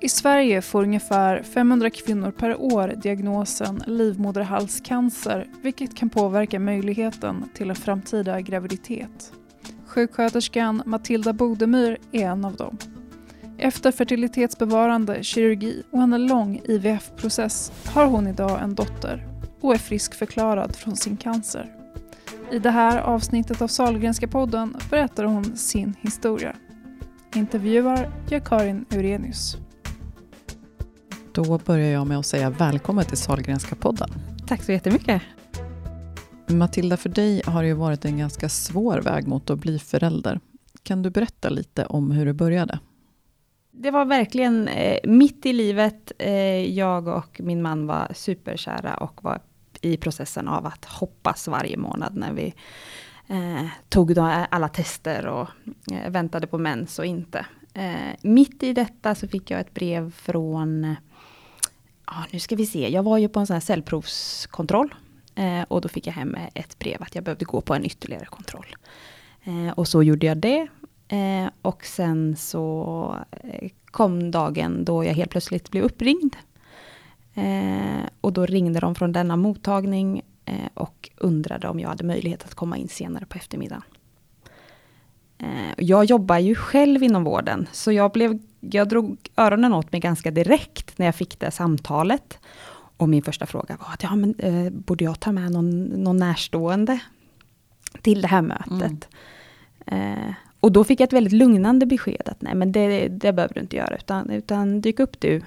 I Sverige får ungefär 500 kvinnor per år diagnosen livmoderhalscancer, vilket kan påverka möjligheten till en framtida graviditet. Sjuksköterskan Matilda Bodemyr är en av dem. Efter fertilitetsbevarande kirurgi och en lång IVF-process har hon idag en dotter och är friskförklarad från sin cancer. I det här avsnittet av Sahlgrenska podden berättar hon sin historia. Intervjuar jag Karin Urenius. Då börjar jag med att säga välkommen till Sahlgrenska podden. Tack så jättemycket. Matilda, för dig har det ju varit en ganska svår väg mot att bli förälder. Kan du berätta lite om hur det började? Det var verkligen mitt i livet. Jag och min man var superkära och var i processen av att hoppas varje månad när vi tog alla tester och väntade på mens och inte. Mitt i detta så fick jag ett brev från, nu ska vi se, jag var ju på en sån här cellprovskontroll och då fick jag hem ett brev att jag behövde gå på en ytterligare kontroll. Och så gjorde jag det och sen så kom dagen då jag helt plötsligt blev uppringd. Och då ringde de från denna mottagning och undrade om jag hade möjlighet att komma in senare på eftermiddagen. Jag jobbar ju själv inom vården så jag drog öronen åt mig ganska direkt när jag fick det samtalet. Och min första fråga var att borde jag ta med någon närstående till det här mötet? Och då fick jag ett väldigt lugnande besked att nej, men det behöver du inte göra utan dyk upp du.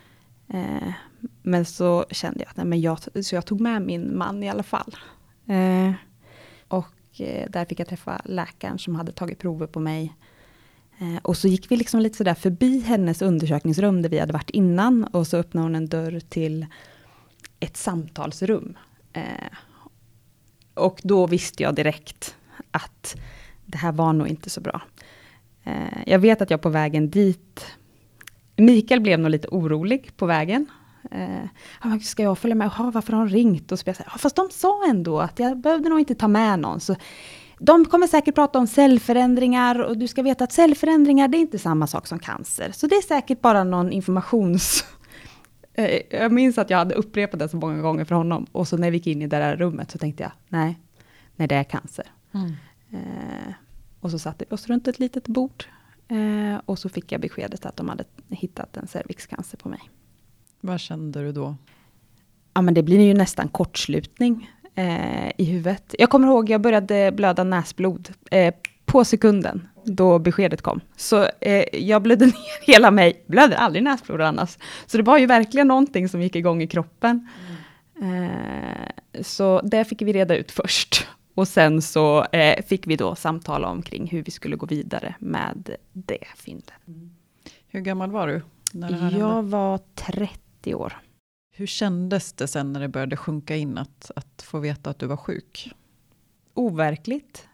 Men så kände jag att nej, men så jag tog med min man i alla fall. Och där fick jag träffa läkaren som hade tagit prover på mig. Och så gick vi liksom lite sådär förbi hennes undersökningsrum där vi hade varit innan. Och så öppnade hon en dörr till ett samtalsrum. Och då visste jag direkt att det här var nog inte så bra. Jag vet att jag på vägen dit, Mikael blev nog lite orolig på vägen. Ska jag följa med? Varför har de ringt? Och så jag säga, fast de sa ändå att jag behövde nog inte ta med någon. Så de kommer säkert prata om cellförändringar. Och du ska veta att cellförändringar det är inte samma sak som cancer. Så det är säkert bara någon informations... Jag minns att jag hade upprepat det så många gånger för honom. Och så när vi gick in i det där rummet så tänkte jag, nej det är cancer. Och så satte vi oss runt ett litet bord. Och så fick jag beskedet att de hade hittat en cervixcancer på mig. Vad kände du då? Ja, men det blir ju nästan kortslutning i huvudet. Jag kommer ihåg jag började blöda näsblod på sekunden då beskedet kom. Så jag blödde ner hela mig. Blöder aldrig näsblod annars. Så det var ju verkligen någonting som gick igång i kroppen. Så det fick vi reda ut först. Och sen så fick vi då samtala omkring hur vi skulle gå vidare med det fyndet. Hur gammal var du när det här hände? Jag var 30 år. Hur kändes det sen när det började sjunka in att få veta att du var sjuk? Overkligt.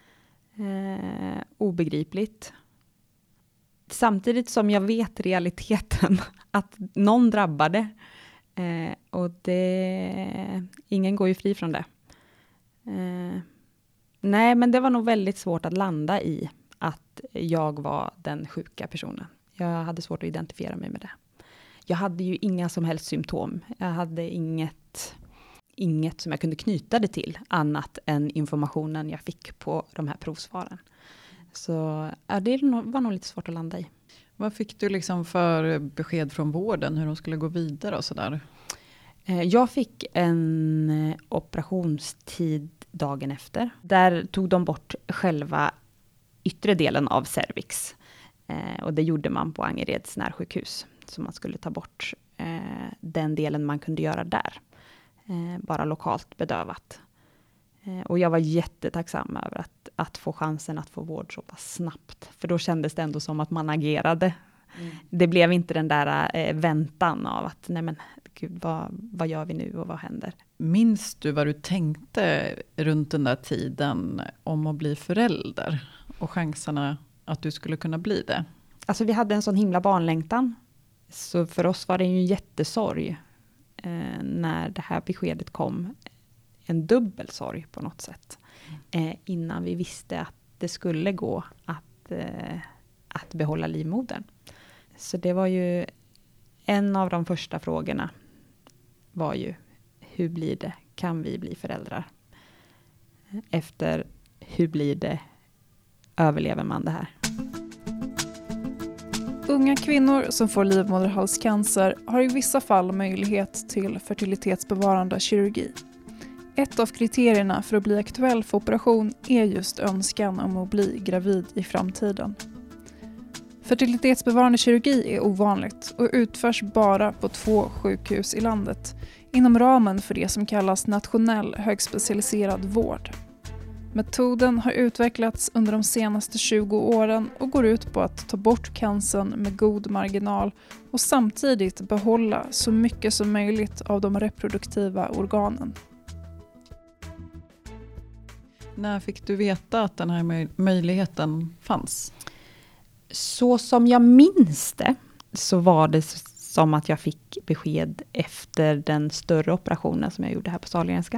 Obegripligt. Samtidigt som jag vet realiteten att någon drabbade. Och ingen går ju fri från det. Nej, men det var nog väldigt svårt att landa i att jag var den sjuka personen. Jag hade svårt att identifiera mig med det. Jag hade ju inga som helst symptom. Jag hade inget som jag kunde knyta det till annat än informationen jag fick på de här provsvaren. Så det var nog lite svårt att landa i. Vad fick du liksom för besked från vården hur de skulle gå vidare och sådär? Jag fick en operationstid dagen efter. Där tog de bort själva yttre delen av cervix. Och det gjorde man på Angereds närsjukhus. Så man skulle ta bort den delen man kunde göra där. Bara lokalt bedövat. Och jag var jättetacksam över att få chansen att få vård så pass snabbt. För då kändes det ändå som att man agerade. Det blev inte den där väntan av att nej men gud, vad gör vi nu och vad händer? Minns du vad du tänkte runt den där tiden om att bli förälder och chanserna att du skulle kunna bli det? Alltså vi hade en sån himla barnlängtan. Så för oss var det ju en jättesorg när det här beskedet kom. En dubbel sorg på något sätt. Innan vi visste att det skulle gå att behålla livmodern. Så det var ju en av de första frågorna var ju, hur blir det? Kan vi bli föräldrar? Efter, hur blir det? Överlever man det här? Unga kvinnor som får livmoderhalscancer har i vissa fall möjlighet till fertilitetsbevarande kirurgi. Ett av kriterierna för att bli aktuell för operation är just önskan om att bli gravid i framtiden. Fertilitetsbevarande kirurgi är ovanligt och utförs bara på 2 sjukhus i landet inom ramen för det som kallas nationell högspecialiserad vård. Metoden har utvecklats under de senaste 20 åren och går ut på att ta bort cancern med god marginal och samtidigt behålla så mycket som möjligt av de reproduktiva organen. När fick du veta att den här möjligheten fanns? Så som jag minns det så var det som att jag fick besked efter den större operationen som jag gjorde här på Sahlgrenska.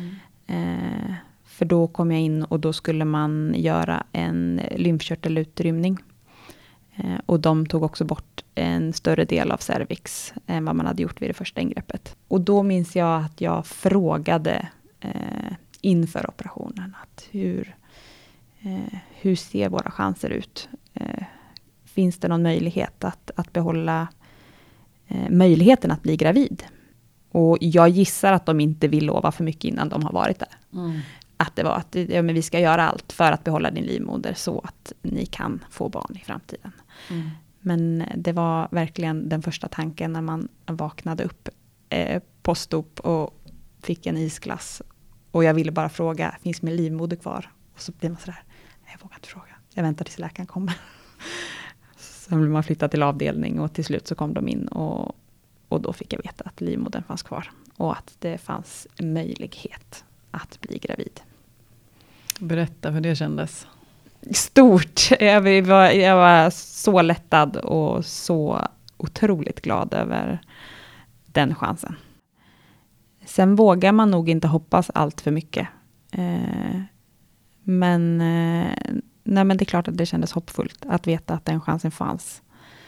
För då kom jag in och då skulle man göra en lymfkörtelutrymning. Och de tog också bort en större del av cervix än vad man hade gjort vid det första ingreppet. Och då minns jag att jag frågade inför operationen att hur ser våra chanser ut? Finns det någon möjlighet att behålla möjligheten att bli gravid? Och jag gissar att de inte vill lova för mycket innan de har varit där. Att det var att men vi ska göra allt för att behålla din livmoder så att ni kan få barn i framtiden. Men det var verkligen den första tanken när man vaknade upp postop och fick en isglass. Och jag ville bara fråga, finns min livmoder kvar? Och så blir man sådär, jag vågar inte fråga. Jag väntar tills läkaren kommer. Sen blev man flyttad till avdelning och till slut så kom de in och då fick jag veta att livmodern fanns kvar. Och att det fanns en möjlighet att bli gravid. Berätta hur det kändes. Stort. Jag var så lättad och så otroligt glad över den chansen. Sen vågar man nog inte hoppas allt för mycket. Men det är klart att det kändes hoppfullt att veta att den chansen fanns.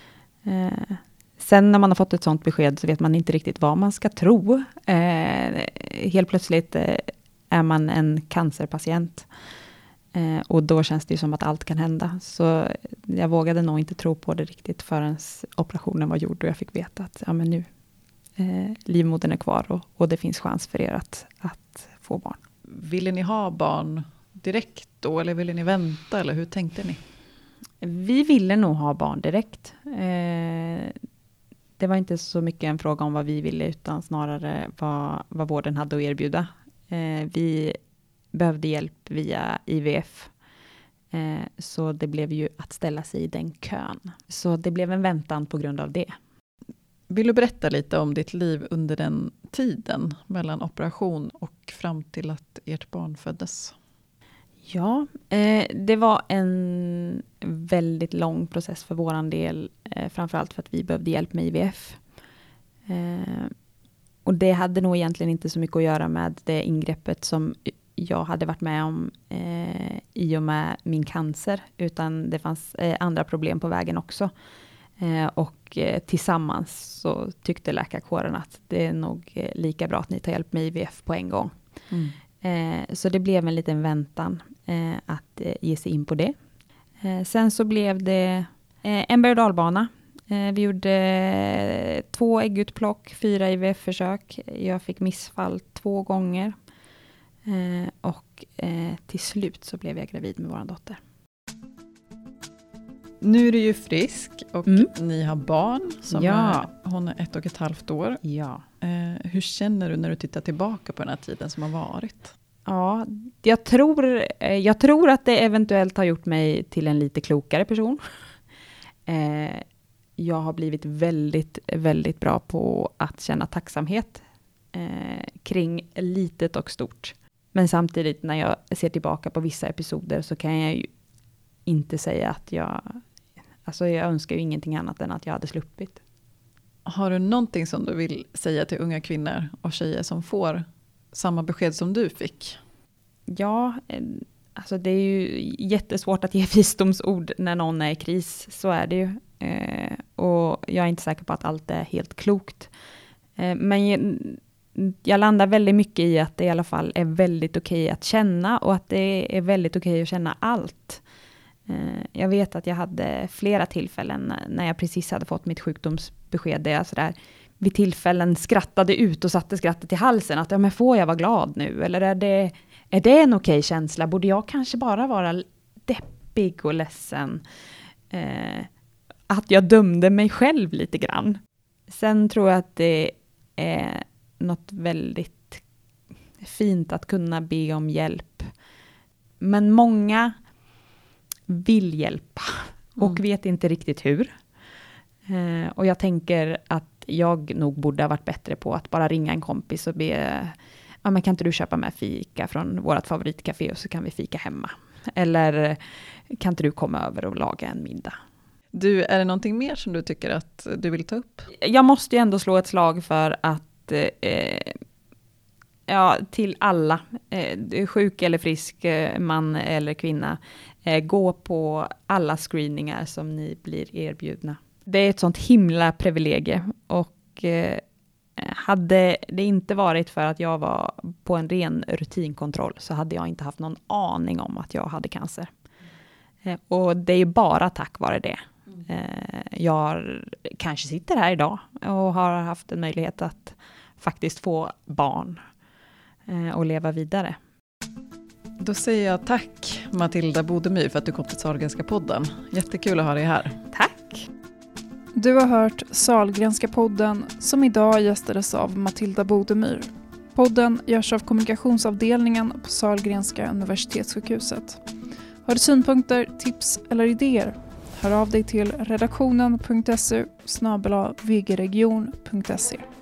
Sen när man har fått ett sånt besked så vet man inte riktigt vad man ska tro. Helt plötsligt är man en cancerpatient. Och då känns det ju som att allt kan hända. Så jag vågade nog inte tro på det riktigt förrän operationen var gjord och jag fick veta att ja, men nu livmodern är kvar och det finns chans för er att få barn. Ville ni ha barn direkt då eller ville ni vänta eller hur tänkte ni? Vi ville nog ha barn direkt. Det var inte så mycket en fråga om vad vi ville utan snarare vad vården hade att erbjuda. Vi behövde hjälp via IVF. Så det blev ju att ställa sig i den kön. Så det blev en väntan på grund av det. Vill du berätta lite om ditt liv under den tiden mellan operation och fram till att ert barn föddes? Ja, det var en väldigt lång process för våran del. Framförallt för att vi behövde hjälp med IVF. Och det hade nog egentligen inte så mycket att göra med det ingreppet som jag hade varit med om i och med min cancer. Utan det fanns andra problem på vägen också. Och tillsammans så tyckte läkarkåren att det är nog lika bra att ni tar hjälp med IVF på en gång. Så det blev en liten väntan att ge sig in på det. Sen så blev det en berg- och dalbana. Vi gjorde 2 äggutplock, 4 IVF-försök. Jag fick missfall 2 gånger. Och till slut så blev jag gravid med vår dotter. Nu är du ju frisk och ni har barn som hon är 1,5 år. Ja. Hur känner du när du tittar tillbaka på den här tiden som har varit? Ja, jag tror att det eventuellt har gjort mig till en lite klokare person. Jag har blivit väldigt, väldigt bra på att känna tacksamhet kring litet och stort. Men samtidigt när jag ser tillbaka på vissa episoder så kan jag ju inte säga att jag önskar ju ingenting annat än att jag hade sluppit. Har du någonting som du vill säga till unga kvinnor och tjejer som får samma besked som du fick? Ja, alltså det är ju jättesvårt att ge visdomsord när någon är i kris. Så är det ju. och jag är inte säker på att allt är helt klokt. Men jag landar väldigt mycket i att det i alla fall är väldigt okej att känna, och att det är väldigt okej att känna allt. Jag vet att jag hade flera tillfällen när jag precis hade fått mitt sjukdomsbesked, där jag sådär vid tillfällen skrattade ut och satte skrattet i halsen. Att men får jag vara glad nu? Eller är det en okej känsla? Borde jag kanske bara vara deppig och ledsen? Att jag dömde mig själv lite grann. Sen tror jag att det är något väldigt fint att kunna be om hjälp. Men många vill hjälpa och vet inte riktigt hur. Och jag tänker att jag nog borde ha varit bättre på att bara ringa en kompis och be, men kan inte du köpa med fika från vårt favoritcafé och så kan vi fika hemma. Eller kan inte du komma över och laga en middag? Du, är det någonting mer som du tycker att du vill ta upp? Jag måste ju ändå slå ett slag för att till alla, sjuk eller frisk, man eller kvinna, gå på alla screeningar som ni blir erbjudna. Det är ett sånt himla privilegie, och hade det inte varit för att jag var på en ren rutinkontroll så hade jag inte haft någon aning om att jag hade cancer. Och det är ju bara tack vare det. Jag kanske sitter här idag och har haft en möjlighet att faktiskt få barn och leva vidare. Då säger jag tack Matilda Bodemyr för att du kom till Sahlgrenska podden. Jättekul att ha dig här. Tack! Du har hört Sahlgrenska podden som idag gästades av Matilda Bodemyr. Podden görs av kommunikationsavdelningen på Sahlgrenska universitetssjukhuset. Har du synpunkter, tips eller idéer? Hör av dig till redaktionen.se/vgregion.se.